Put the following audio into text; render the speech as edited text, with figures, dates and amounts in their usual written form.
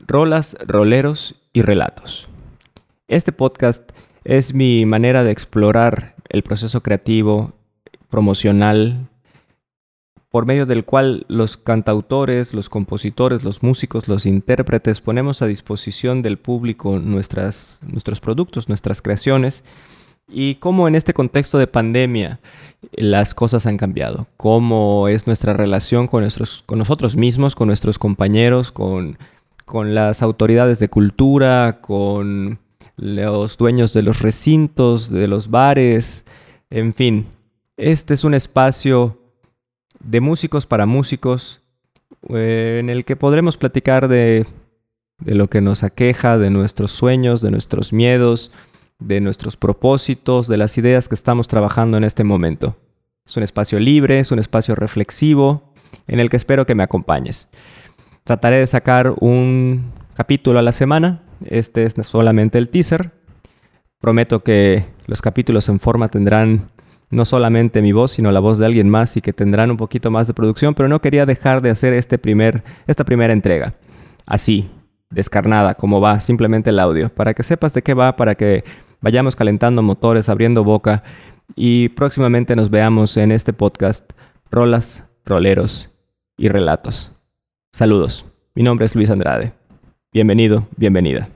Rolas, roleros y relatos. Este podcast es mi manera de explorar el proceso creativo, promocional, por medio del cual los cantautores, los compositores, los músicos, los intérpretes ponemos a disposición del público nuestros productos, nuestras creaciones, y cómo en este contexto de pandemia las cosas han cambiado, cómo es nuestra relación con nosotros mismos, con nuestros compañeros, con las autoridades de cultura, con los dueños de los recintos, de los bares, en fin. Este es un espacio de músicos para músicos en el que podremos platicar de lo que nos aqueja, de nuestros sueños, de nuestros miedos, de nuestros propósitos, de las ideas que estamos trabajando en este momento. Es un espacio libre, es un espacio reflexivo en el que espero que me acompañes. Trataré de sacar un capítulo a la semana. Este es solamente el teaser. Prometo que los capítulos en forma tendrán no solamente mi voz, sino la voz de alguien más y que tendrán un poquito más de producción, pero no quería dejar de hacer esta primera entrega. Así, descarnada, como va, simplemente el audio, para que sepas de qué va, para que vayamos calentando motores, abriendo boca y próximamente nos veamos en este podcast Rolas, Roleros y Relatos. Saludos, mi nombre es Luis Andrade. Bienvenido, bienvenida.